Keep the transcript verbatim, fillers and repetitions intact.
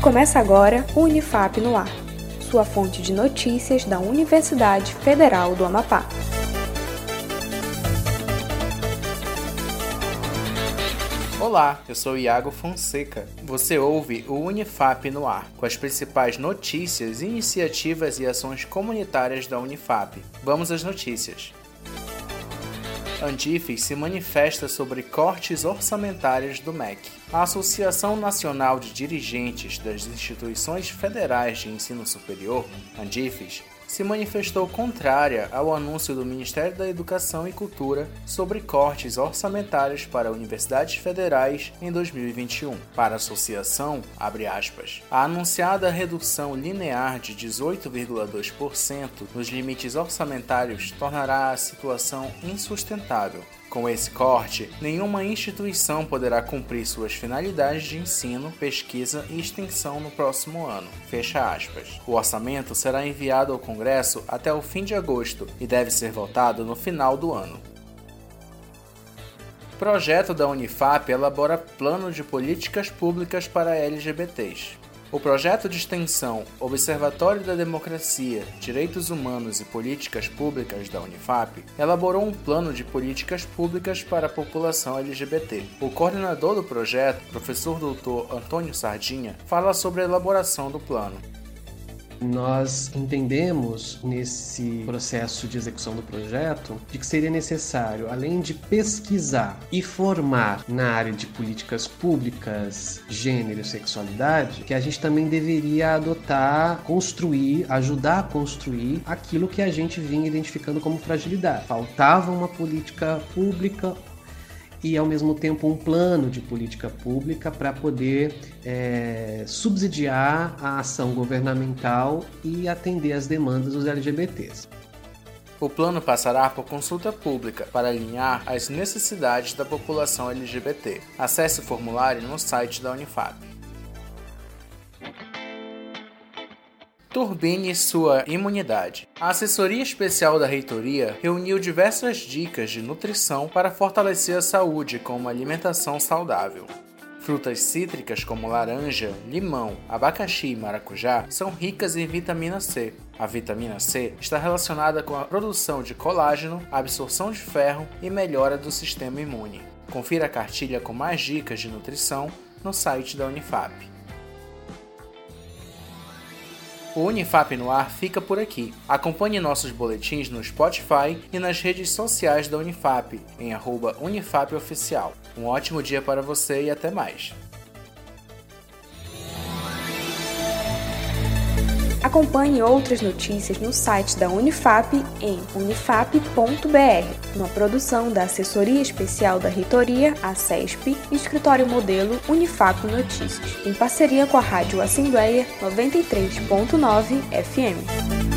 Começa agora o Unifap no Ar, sua fonte de notícias da Universidade Federal do Amapá. Olá, eu sou Iago Fonseca. Você ouve o Unifap no Ar, com as principais notícias, iniciativas e ações comunitárias da Unifap. Vamos às notícias. Andifes se manifesta sobre cortes orçamentários do M E C. A Associação Nacional de Dirigentes das Instituições Federais de Ensino Superior, Andifes, se manifestou contrária ao anúncio do Ministério da Educação e Cultura sobre cortes orçamentários para universidades federais em dois mil e vinte e um. Para a associação, abre aspas, a anunciada redução linear de dezoito vírgula dois por cento nos limites orçamentários tornará a situação insustentável. Com esse corte, nenhuma instituição poderá cumprir suas finalidades de ensino, pesquisa e extensão no próximo ano. Fecha aspas. O orçamento será enviado ao Congresso até o fim de agosto e deve ser votado no final do ano. Projeto da Unifap elabora plano de políticas públicas para L G B T s. O projeto de extensão Observatório da Democracia, Direitos Humanos e Políticas Públicas da Unifap elaborou um plano de políticas públicas para a população L G B T. O coordenador do projeto, professor doutor Antônio Sardinha, fala sobre a elaboração do plano. Nós entendemos nesse processo de execução do projeto de que seria necessário, além de pesquisar e formar na área de políticas públicas, gênero e sexualidade, que a gente também deveria adotar, construir, ajudar a construir aquilo que a gente vinha identificando como fragilidade. Faltava uma política pública e, ao mesmo tempo, um plano de política pública para poder é, subsidiar a ação governamental e atender às demandas dos L G B T s. O plano passará por consulta pública para alinhar as necessidades da população L G B T. Acesse o formulário no site da Unifap. Turbine sua imunidade. A Assessoria Especial da Reitoria reuniu diversas dicas de nutrição para fortalecer a saúde, como alimentação saudável. Frutas cítricas como laranja, limão, abacaxi e maracujá são ricas em vitamina C. A vitamina C está relacionada com a produção de colágeno, absorção de ferro e melhora do sistema imune. Confira a cartilha com mais dicas de nutrição no site da Unifap. O Unifap no Ar fica por aqui. Acompanhe nossos boletins no Spotify e nas redes sociais da Unifap, em arroba Unifap Oficial. Um ótimo dia para você e até mais. Acompanhe outras notícias no site da Unifap em unifap ponto b r, uma produção da Assessoria Especial da Reitoria, a SESP, e Escritório Modelo Unifap Notícias, em parceria com a Rádio Assembleia noventa e três ponto nove F M.